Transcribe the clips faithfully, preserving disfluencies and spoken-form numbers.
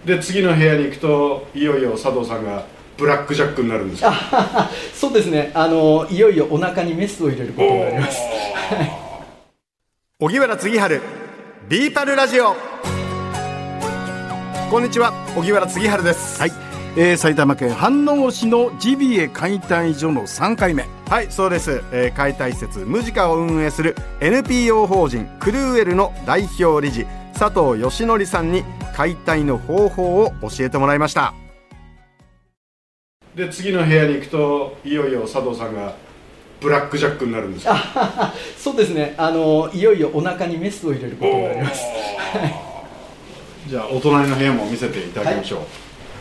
で次の部屋に行くといよいよ佐藤さんがブラックジャックになるんですか？ あそうですね、あのいよいよお腹にメスを入れることになります。 荻原次春ビーパルラジオ。こんにちは、荻原次春です。 はい、えー、埼玉県飯能市のジビエ解体所のさんかいめ。 はい、そうです、えー、解体施設ムジカを運営する エヌピーオー 法人クルーエルの代表理事佐藤義則さんに解体の方法を教えてもらいました。で次の部屋に行くといよいよ佐藤さんがブラックジャックになるんですか？ あそうですね、あのいよいよお腹にメスを入れることになります。 じゃあお隣の部屋も見せていただきましょう。 はい、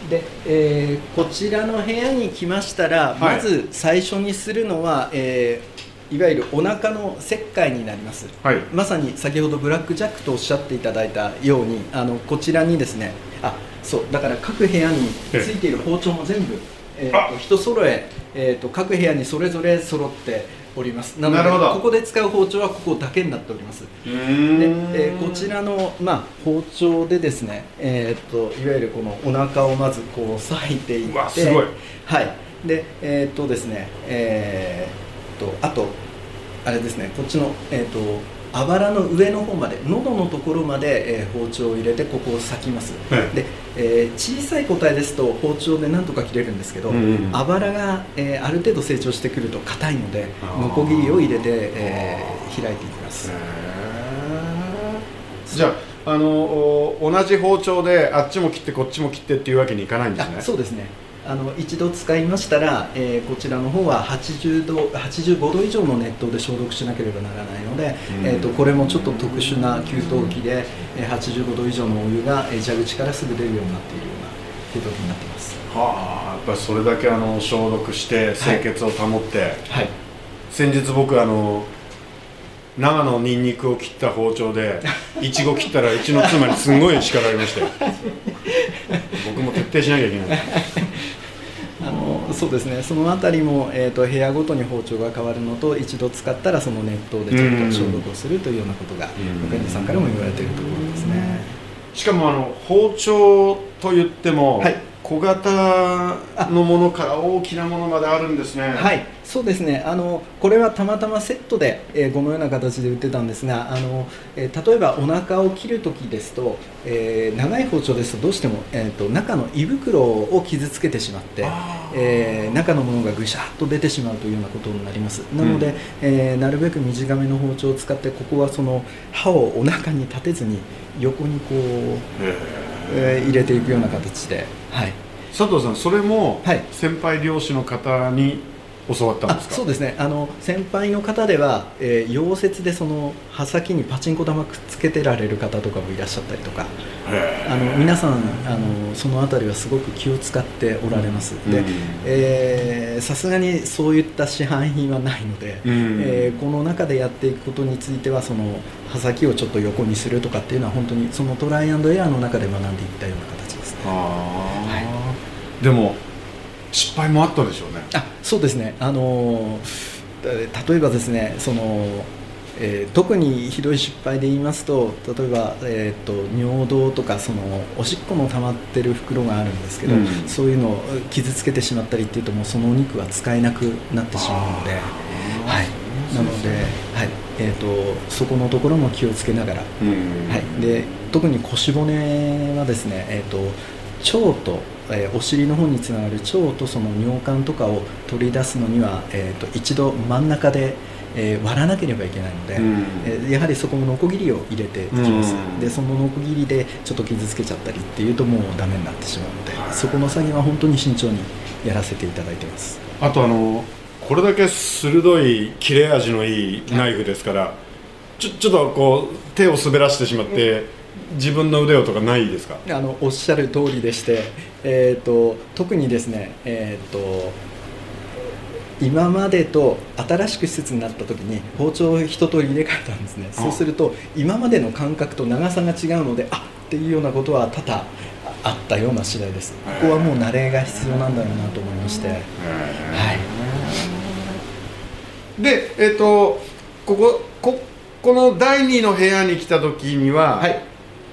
で、えー、こちらの部屋に来ましたら、はい、まず最初にするのは、えー、いわゆるお腹の切開になります。はい、まさに先ほどブラックジャックとおっしゃっていただいたように、あのこちらにですね、あそうだから各部屋についている包丁も全部、えー、と人揃ええー、と各部屋にそれぞれ揃っております。なのでここで使う包丁はここだけになっております。で、えー、こちらの、まあ、包丁でですね、えー、といわゆるこのお腹をまずこう裂いていって、 うわすごい、 はい、でえっ、ー、とですね、えー、とあとあれですね、こっちのえっ、ー、とあばらの上の方まで、喉のところまで、えー、包丁を入れてここを裂きます。はい、で、えー、小さい個体ですと包丁でなんとか切れるんですけど、うんうん、あばらが、えー、ある程度成長してくると硬いのでノコギリを入れて、えー、開いていきます。 じゃあ、あの同じ包丁であっちも切ってこっちも切ってっていうわけにいかないんですね？ そうですね、あの一度使いましたら、えー、こちらの方ははちじゅうど、はちじゅうごど以上の熱湯で消毒しなければならないので、うん、えー、とこれもちょっと特殊な給湯器で、えー、はちじゅうごど以上のお湯が、えー、蛇口からすぐ出るようになっているような給湯器になっています。 はあ、やっぱりそれだけあの消毒して清潔を保って、はいはい、先日僕あの長野ニンニクを切った包丁でいちご切ったらうちの妻にすごい叱られましたよ。僕も徹底しなきゃいけない。 あのそうですね、そのあたりも、えー、と部屋ごとに包丁が変わるのと、一度使ったらその熱湯でちょっと消毒をするというようなことが保健師さんからも言われているところですね。 しかもあの包丁といっても、はい、小型のものから大きなものまであるんですね。 はい、そうですね、あのこれはたまたまセットで、えー、このような形で売ってたんですが、あの、えー、例えばお腹を切るときですと、えー、長い包丁ですとどうしても、えー、と中の胃袋を傷つけてしまって、えー、中のものがぐしゃっと出てしまうというようなことになります。なので、うん、えー、なるべく短めの包丁を使って、ここはその刃をお腹に立てずに横にこう、えー、入れていくような形で、はい、 佐藤さん、それも先輩漁師の方に教わったんですか？ あ、そうですね、あの先輩の方では、えー、溶接でその刃先にパチンコ玉くっつけてられる方とかもいらっしゃったりとか、あの皆さんあのそのあたりはすごく気を使っておられます。で、えー、さすがにそういった市販品はないので、うん、えー、この中でやっていくことについては、その刃先をちょっと横にするとかっていうのは本当にそのトライアンドエラーの中で学んでいったような形ですね。 はい、でも失敗もあったでしょうね。 あ、そうですね、あの例えばですね、その、えー、特にひどい失敗で言いますと、例えば、えー、と尿道とかそのおしっこの溜まってる袋があるんですけど、うん、そういうのを傷つけてしまったりっていうと、もうそのお肉は使えなくなってしまうので、はい、なので、はい、えー、とそこのところも気をつけながら、うん、はい、で特に腰骨はですね、えー、と腸と、えー、お尻の方につながる腸とその尿管とかを取り出すのには、えー、と一度真ん中で、えー、割らなければいけないので、うん、えー、やはりそこもノコギリを入れていきます。うん、でそのノコギリでちょっと傷つけちゃったりっていうともうダメになってしまうので、はい、そこの作業は本当に慎重にやらせていただいてます。 あとあのこれだけ鋭い切れ味のいいナイフですから、はい、ちょ, ちょっとこう手を滑らしてしまって、うん、自分の腕をとかないですか？ あのおっしゃる通りでして、えー、と特にですね、えー、と今までと新しく施設になった時に包丁を一通り入れ替えたんですね。そうすると今までの感覚と長さが違うので、あっていうようなことは多々あったような次第です。ここはもう慣れが必要なんだろうなと思いまして、はい、 で、えー、とここここのだいにの部屋に来た時には、はい、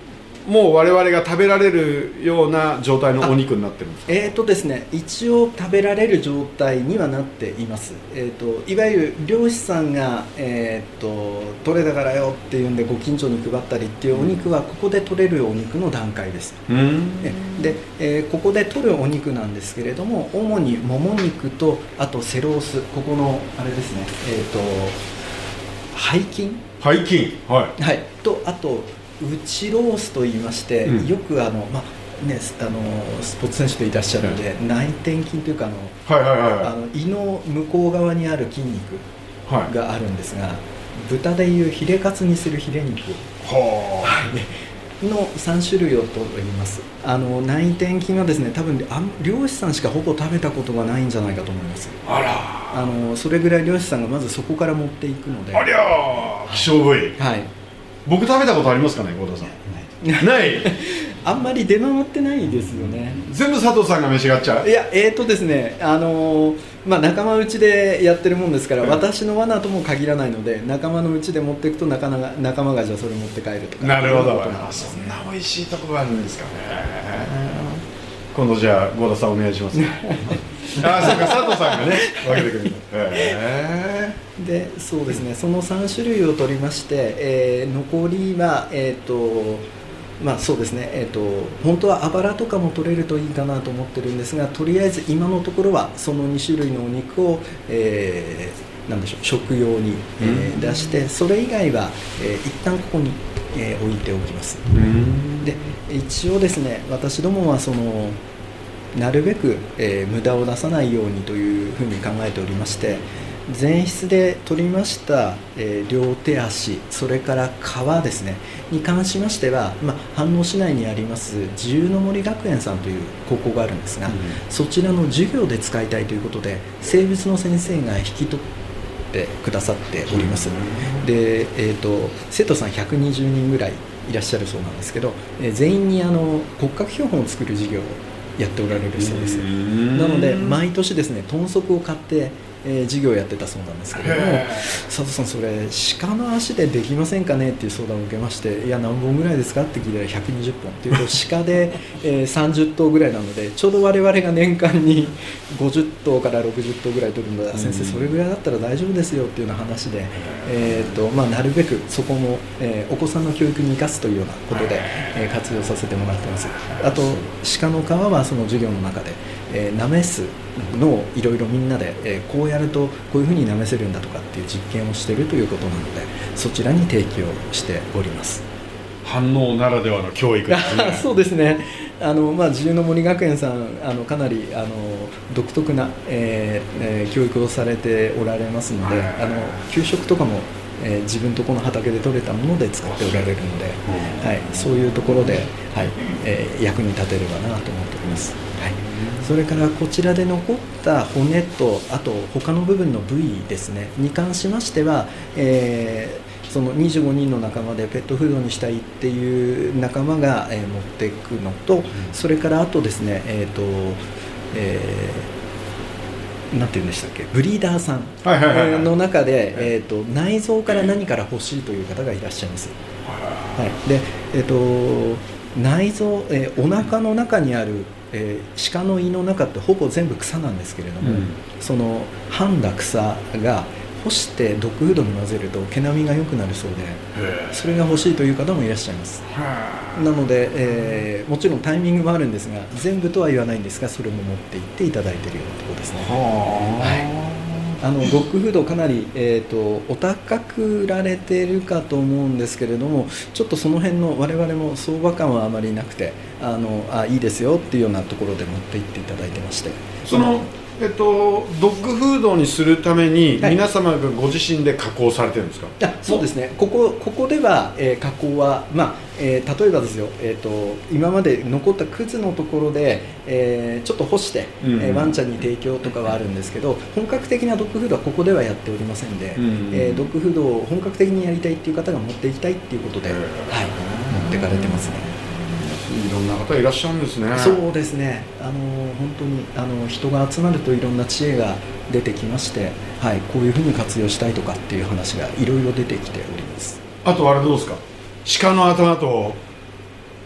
もう我々が食べられるような状態のお肉になってるんですか？ えーとですね、一応食べられる状態にはなっています。えーといわゆる漁師さんが、えーと取れたからよっていうんでご近所に配ったりっていうお肉はここで取れるお肉の段階です。 うん、 で、えー、ここで取るお肉なんですけれども、主にもも肉とあとセロース、ここのあれですね、えーと背筋背筋、はい、 はい、とあと内ロースと言いまして、うん、よくあの、まあね、あのスポーツ選手でいらっしゃるので、うん、内転筋というかあの、 はいはいはいはい、 あの胃の向こう側にある筋肉があるんですが、はい、豚でいうヒレカツにするヒレ肉はのさん種類をとります。あの内転筋はですね、多分あ漁師さんしかほぼ食べたことがないんじゃないかと思います。 あら、 あのそれぐらい漁師さんがまずそこから持っていくので。 ありゃー、希少部位。 はい、 僕食べたことありますかね、幸田さん。ないあんまり出回ってないですよね。 全部佐藤さんが召し上がっちゃう。 いや、えーとですね、あのーまあ、仲間内でやってるもんですから、うん、私の罠とも限らないので、仲間のうちで持っていくと仲間が仲間がじゃあそれ持って帰るとか。 なるほど、そんな美味しいところがあるんですかね。今度じゃあ幸田さんお願いしますああ、そうか、佐藤さんがね分けてくれるへで、そうですね、そのさん種類を取りまして、えー、残りはえっ、ー、とまあそうですね、えーと、本当はあばらとかも取れるといいかなと思ってるんですが、とりあえず今のところはそのに種類のお肉を、えー、なんでしょう、食用に、えー、出して、それ以外は、えー、一旦ここに、えー、置いておきます。で、一応ですね、私どもはそのなるべく、えー、無駄を出さないようにというふうに考えておりまして、前室で取りました、えー、両手足、それから皮ですねに関しましては、まあ、飯能市内にあります自由の森学園さんという高校があるんですが、うん、そちらの授業で使いたいということで生物の先生が引き取ってくださっております。うん、で、えーと、生徒さんひゃくにじゅうにんぐらいいらっしゃるそうなんですけど、えー、全員にあの骨格標本を作る授業をやっておられるそうです。なので毎年ですね、豚足を買ってえー、授業をやってたそうなんですけれども、佐藤さんそれ鹿の足でできませんかねっていう相談を受けまして、いや何本ぐらいですかって聞いたらひゃくにじゅっぽんっていうと鹿で、えー、さんじゅっとうぐらいなので、ちょうど我々が年間にごじゅっとうからろくじゅっとうぐらい取るので、先生それぐらいだったら大丈夫ですよっていうような話で、えーとまあ、なるべくそこも、えー、お子さんの教育に生かすというようなことで、えー、活用させてもらってます。あと鹿の皮はその授業の中で、えー、なめすのをいろいろみんなで、えー、こうやるとこういうふうになめせるんだとかっていう実験をしているということなので、そちらに提供しております。 飯能ならではの教育ですねそうですね、あの、まあ、自由の森学園さん、あのかなりあの独特な、えーえー、教育をされておられますので、あの給食とかも、えー、自分とこの畑で採れたもので作っておられるので、はい、そういうところで、はいえー、役に立てればなと思っております。はい、それからこちらで残った骨と、あと他の部分の部位ですねに関しましては、えーそのにじゅうごにんの仲間でペットフードにしたいっていう仲間が、えー、持っていくのと、それからあとですね、えーとえー、なんて言うんでしたっけ、ブリーダーさんの中で、えーと内臓から何から欲しいという方がいらっしゃいます。はい、で、えーと内臓、えー、お腹の中にある、えー、鹿の胃の中ってほぼ全部草なんですけれども、うん、そのはんだ草が干してドッグフードに混ぜると毛並みが良くなるそうで、それが欲しいという方もいらっしゃいます。なので、えー、もちろんタイミングもあるんですが、全部とは言わないんですが、それも持って行っていただいているようなところですね。はい、あのドッグフードかなり、えーと、お高く売られているかと思うんですけれども、ちょっとその辺の我々も相場感はあまりなくて、あのあいいですよっていうようなところで持って行っていただいてまして、 そのえっと、ドッグフードにするために皆様がご自身で加工されてるんですか？ はい、そうですね、ここ、ここでは、えー、加工は、まあえー、例えばですよ、えーと、今まで残ったくずのところで、えー、ちょっと干して、うんうんえー、ワンちゃんに提供とかはあるんですけど、本格的なドッグフードはここではやっておりませんで、うんうんえー、ドッグフードを本格的にやりたいっていう方が持っていきたいっていうことで、はい、持ってかれてますね。 いろんな方いらっしゃるんですね。 そうですね、あの本当にあの人が集まるといろんな知恵が出てきまして、はい、こういうふうに活用したいとかっていう話がいろいろ出てきております。 あとあれどうですか、鹿の頭と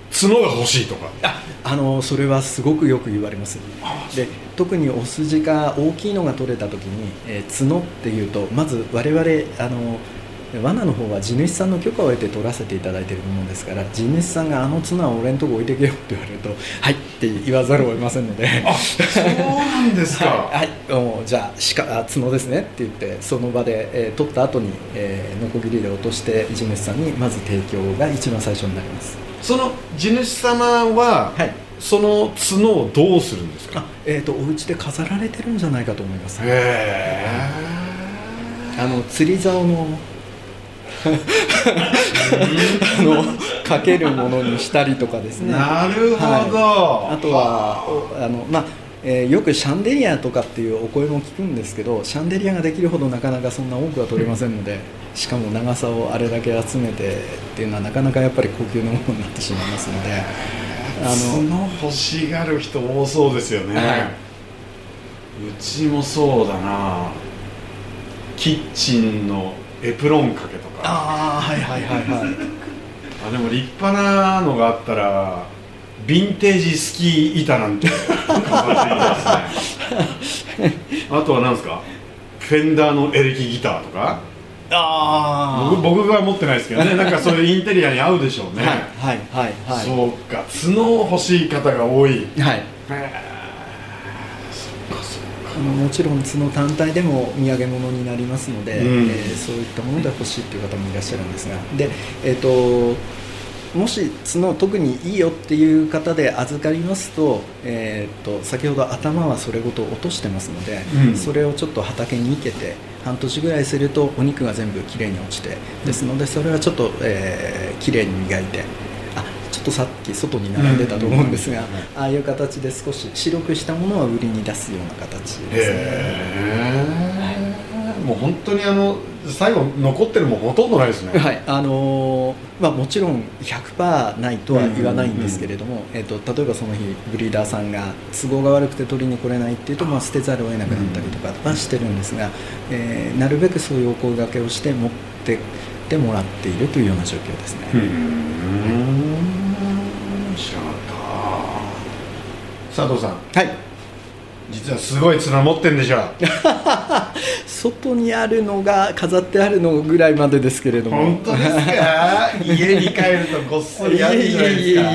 角が欲しいとか。 ああのそれはすごくよく言われます。で特にお筋が大きいのが取れた時に、えー、角っていうとまず我々あの罠の方は地主さんの許可を得て取らせていただいているものですから、地主さんがあの角は俺のとこ置いてけよって言われるとはいって言わざるを得ませんのであそうなんですかはい、はい、もうじゃあしかあ角ですねって言ってその場で、えー、取った後に、えー、ノコギリで落として地主さんにまず提供が一番最初になります。 その地主様は、はい、その角をどうするんですか。 あ、えーと、お家で飾られてるんじゃないかと思います。 へー、あの釣り竿のあのかけるものにしたりとかですね。 なるほど、 はい、あとはあの、まあえー、よくシャンデリアとかっていうお声も聞くんですけど、シャンデリアができるほどなかなかそんな多くは取れませんので、しかも長さをあれだけ集めてっていうのはなかなかやっぱり高級なものになってしまいますので、 あの角欲しがる人多そうですよね、はい、うちもそうだな、キッチンのエプロン掛けとか。 ああはいはいはいはいあでも立派なのがあったらヴィンテージスキー板なんて飾っていいですねあとは何ですか、フェンダーのエレキギターとか。 あ僕僕が持ってないですけどねなんかそういうインテリアに合うでしょうね。 はいはいはいはい。 そうか、角欲しい方が多い。 はい。あのもちろん角単体でも土産物になりますので、うん、えー、そういったもので欲しいという方もいらっしゃるんですが、で、えーと、もし角特にいいよっていう方で預かりますと、えーと、先ほど頭はそれごと落としてますので、うん、それをちょっと畑に生けて半年ぐらいするとお肉が全部きれいに落ちて、ですのでそれはちょっと、えー、きれいに磨いて、あちょっとさっき外に並んでたと思うんですが、ああいう形で少し白くしたものは売りに出すような形ですね。 へー、もう本当にあの最後残ってるもほとんどないですね。 はい、あのーまあ、もちろん ひゃくパーセント ないとは言わないんですけれども、うんうんうん、えー、と例えばその日ブリーダーさんが都合が悪くて取りに来れないっていうと、まあ、捨てざるを得なくなったりとかはしてるんですが、えー、なるべくそういうお声掛けをして持ってってもらっているというような状況ですね。うーん、 知らなかった。佐藤さん、 はい、 実はすごい綱持ってんでしょ外にあるのが飾ってあるのぐらいまでですけれども。 本当ですか家に帰るとごっそりあるじゃないですか。いえいえいえい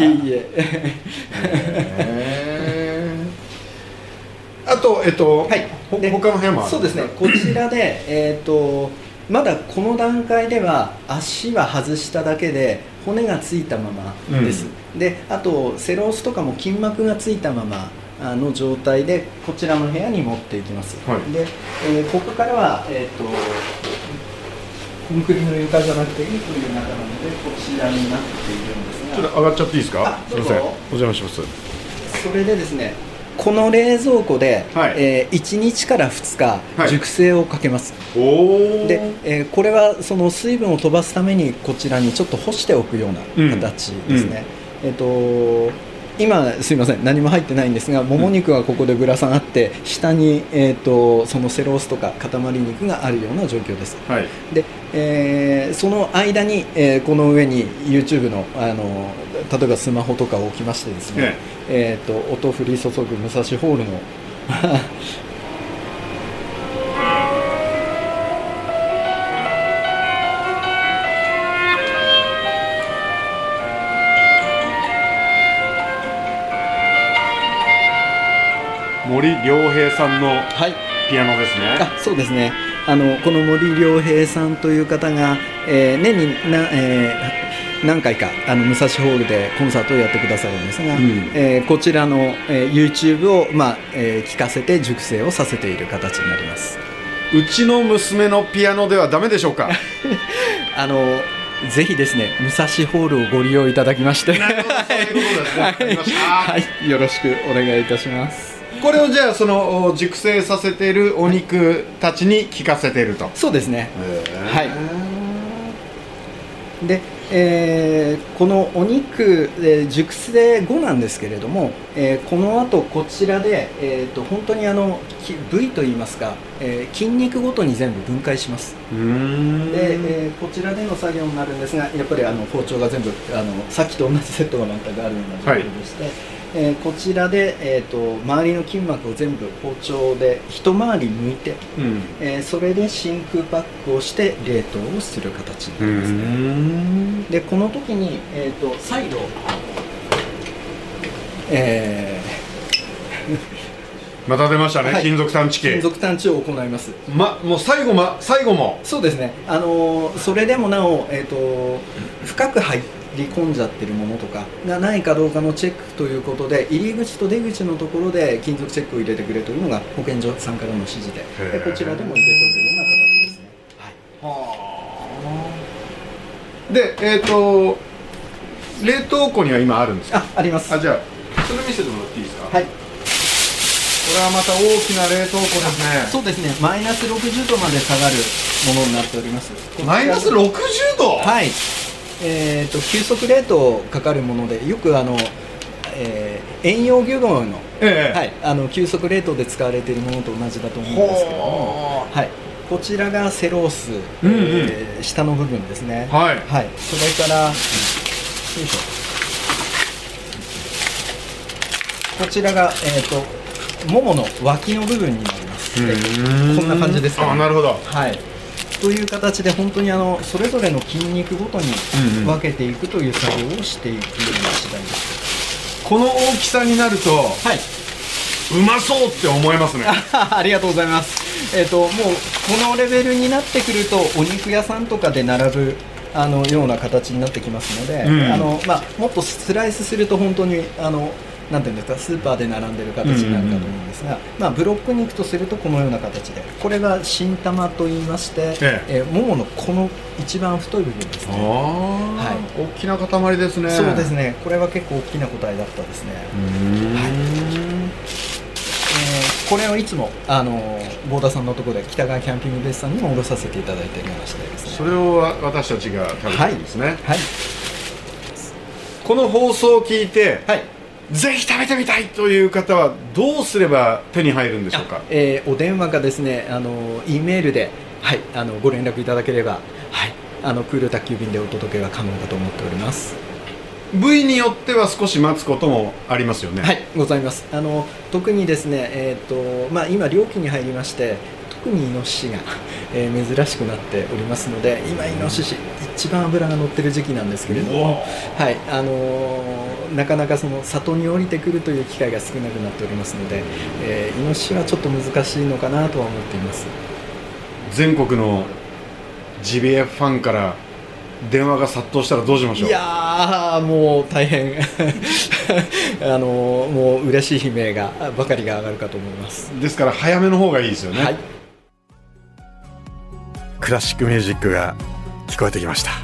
えあと、えっと、はい、他の部屋もある。 そうですね、こちらで、えっとまだこの段階では足は外しただけで骨がついたままです、うん、であとセロースとかも筋膜がついたままの状態でこちらの部屋に持っていきます、はい、で、えー、ここからは、えー、とコンクリの床じゃなくていいという中なのでこちらになっているんですが、 ちょっと上がっちゃっていいですか。すみません、お邪魔します。 それでですね、この冷蔵庫で、はい、えー、いちにちからふつか熟成をかけます、はい、おで、えー、これはその水分を飛ばすためにこちらにちょっと干しておくような形ですね、うんうん、えーと今すいません何も入ってないんですが、もも肉はここでぶら下がって下に、えー、とそのセロースとか塊肉があるような状況です、はい、で、えー、その間に、えー、この上に YouTube の、あの例えばスマホとかを置きましてですね、えー、と音降り注ぐ武蔵ホールの森良平さんのピアノですね、はい、 あそうですね、あのこの森良平さんという方が、えー、年にな、えー、何回かあの武蔵ホールでコンサートをやってくださるんですが、うん、えー、こちらの、えー、YouTube を、まあえー、聴かせて熟成をさせている形になります。 うちの娘のピアノではダメでしょうかあのぜひですね武蔵ホールをご利用いただきましてなるほど、そういうことですね、わかりました、 はい、よろしくお願いいたします。 これをじゃあその熟成させているお肉たちに効かせていると。 そうですね、はい。で、 えー、このお肉、えー、熟成後なんですけれども、えー、この後こちらで、えー、と本当にあの部位といいますか、えー、筋肉ごとに全部分解します。 うーんで、えー、こちらでの作業になるんですが、やっぱりあの包丁が全部あのさっきと同じセットが全くあるような状況でして、はい、えー、こちらで、えー、と周りの筋膜を全部包丁で一回り剥いて、うん、えー、それで真空パックをして冷凍をする形になりますね。うーんでこの時に、えー、と再度、えー、また出ましたね、はい、金属探知機。 金属探知を行います。 ま、もう最後、ま、最後もそうですね、あのー、それでもなお、えー、と深く入り込んじゃってるものとかがないかどうかのチェックということで、入り口と出口のところで金属チェックを入れてくれというのが保健所さんからの指示で、でこちらでも入れておるような形ですね。はい、はで、えっ、ー、と冷凍庫には今あるんですか？ あ、あります。 あ、じゃあそれ見せてもらっていいですか？ はい。 これはまた大きな冷凍庫ですね。 そうですね、マイナスろくじゅうどまで下がるものになっております。 マイナスろくじゅうど？ はい。えー、と急速冷凍かかるもので、よくあの、えー、遠洋漁業の、ええ、はい、あの急速冷凍で使われているものと同じだと思うんですけども、はい、こちらがセロース、うんうん、えー、下の部分ですね。はい、はい、それから、うん、よいしょ、こちらが、えー、とももの脇の部分になります。こんな感じですかね。 あ、なるほど。 はい、という形で本当にあのそれぞれの筋肉ごとに分けていくという作業をしていくような次第です。 この大きさになると、はい、うまそうって思いますね。 ありがとうございます。えーと、もうこのレベルになってくるとお肉屋さんとかで並ぶあのような形になってきますので、うん、あのまあ、もっとスライスすると本当にあのなんていうんですか、スーパーで並んでる形になるかと思うんですが、うんうんうん、まあ、ブロック肉とするとこのような形で、これが新玉といいまして、えええー、もものこの一番太い部分ですね。 はい、大きな塊ですね。 そうですね、これは結構大きな個体だったですね。うーん、はい、えー、これをいつもあの合田さんのところで北川キャンピングベースさんにも卸させていただいているような次第ですね。 それを私たちが食べてるんですね。はい、はい、この放送を聞いて、はい、ぜひ食べてみたいという方はどうすれば手に入るんでしょうか？ えー、お電話かですね、あの E メールで、はい、あのご連絡いただければ、はい、あのクール宅急便でお届けが可能かと思っております。 部位によっては少し待つこともありますよね。 はい、ございます。あの特にですね、えーとまあ、今漁期に入りまして、特にイノシシが、えー、珍しくなっておりますので、今イノシシ一番脂が乗ってる時期なんですけれども、はい、あのー、なかなかその里に降りてくるという機会が少なくなっておりますので、えー、イノシシはちょっと難しいのかなとは思っています。 全国のジビエファンから電話が殺到したらどうしましょう？ いやー、もう大変あのー、もう嬉しい悲鳴がばかりが上がるかと思います。 ですから早めの方がいいですよね。はい、クラシックミュージックが聞こえてきました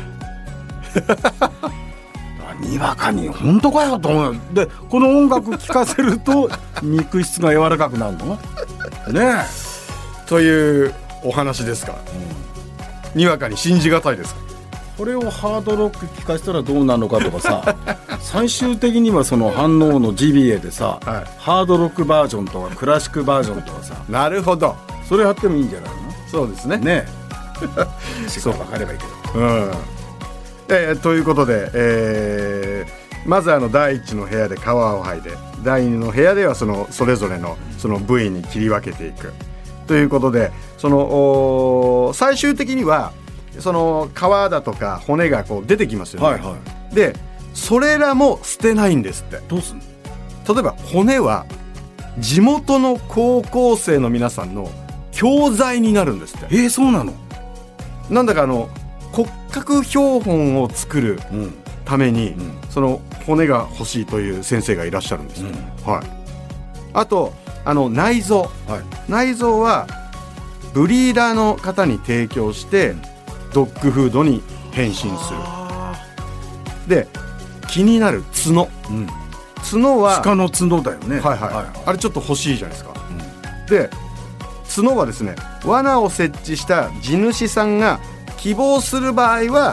にわかに本当かよと思う。でこの音楽聴かせると肉質が柔らかくなるのねえというお話ですか、うん、にわかに信じがたいですか。 これをハードロック聴かせたらどうなるのかとかさ最終的にはその反応の ジービーエー でさ、はい、ハードロックバージョンとかクラシックバージョンとかさなるほど、 それやってもいいんじゃないの？ そうですね。 ねそう分かればいいけど、 うんえー、ということで、えー、まずあのだいいちの部屋で皮を剥いで、だいにの部屋ではそのそれぞれのその部位に切り分けていくということで、その最終的にはその皮だとか骨がこう出てきますよね、はいはい、でそれらも捨てないんですって。 どうすんの？ 例えば骨は地元の高校生の皆さんの教材になるんですって。 えー、そうなの？ なんだかあの骨格標本を作るために、うん、その骨が欲しいという先生がいらっしゃるんです、うんはい、あとあの内臓、はい、内臓はブリーダーの方に提供してドッグフードに変身する。で気になる角、うん、角は鹿の角だよね、 はいはいはい、あれちょっと欲しいじゃないですか、うん、で角はですね、罠を設置した地主さんが希望する場合は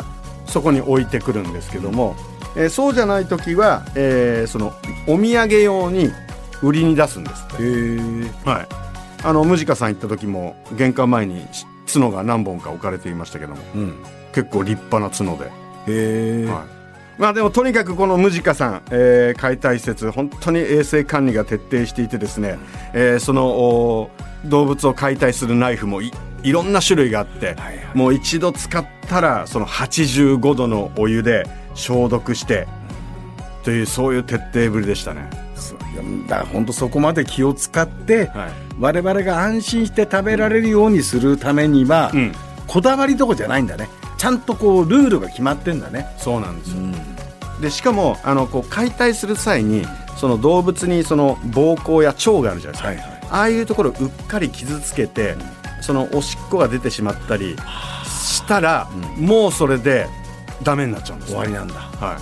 そこに置いてくるんですけども、えー、そうじゃない時は、えー、そのお土産用に売りに出すんですって。へー、はい、あのムジカさん行った時も玄関前に角が何本か置かれていましたけども、うん、結構立派な角で。へー、はい、まあでもとにかくこのムジカさん、えー、解体施設本当に衛生管理が徹底していてですね、えー、その動物を解体するナイフも い, いろんな種類があって、はいはい、もう一度使ったらそのはちじゅうごどのお湯で消毒してという、そういう徹底ぶりでしたね。 だから本当そこまで気を使って、はい、我々が安心して食べられるようにするためには、うん、こだわりどころじゃないんだね。ちゃんとこうルールが決まってんだね。 そうなんですよ、うん、でしかもあのこう解体する際にその動物にその膀胱や腸があるじゃないですか、はいはい、ああいうところをうっかり傷つけて、うん、そのおしっこが出てしまったりしたら、うん、もうそれでダメになっちゃうんです、ね、 終わりなんだ、 はい、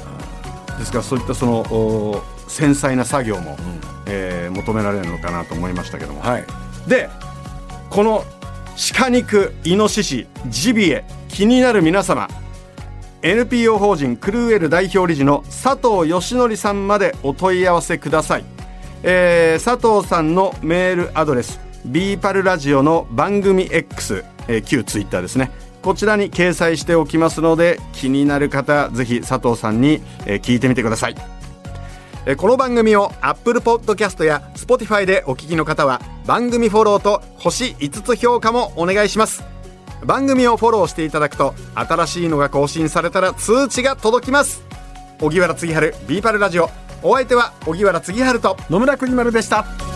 ですからそういったその繊細な作業も、うん、えー、求められるのかなと思いましたけども、はい、でこの鹿肉、イノシシ、ジビエ気になる皆様、 エヌピーオー 法人クルーエル代表理事の佐藤義則さんまでお問い合わせください。えー、佐藤さんのメールアドレス ビーパル ラジオの番組 X、えー、旧ツイッターですね、こちらに掲載しておきますので、気になる方ぜひ佐藤さんに、えー、聞いてみてください。この番組を Apple Podcast や Spotify でお聞きの方は番組フォローと星いつつ評価もお願いします。番組をフォローしていただくと新しいのが更新されたら通知が届きます。荻原次春ビーパルラジオ、お相手は荻原次春と野村邦丸でした。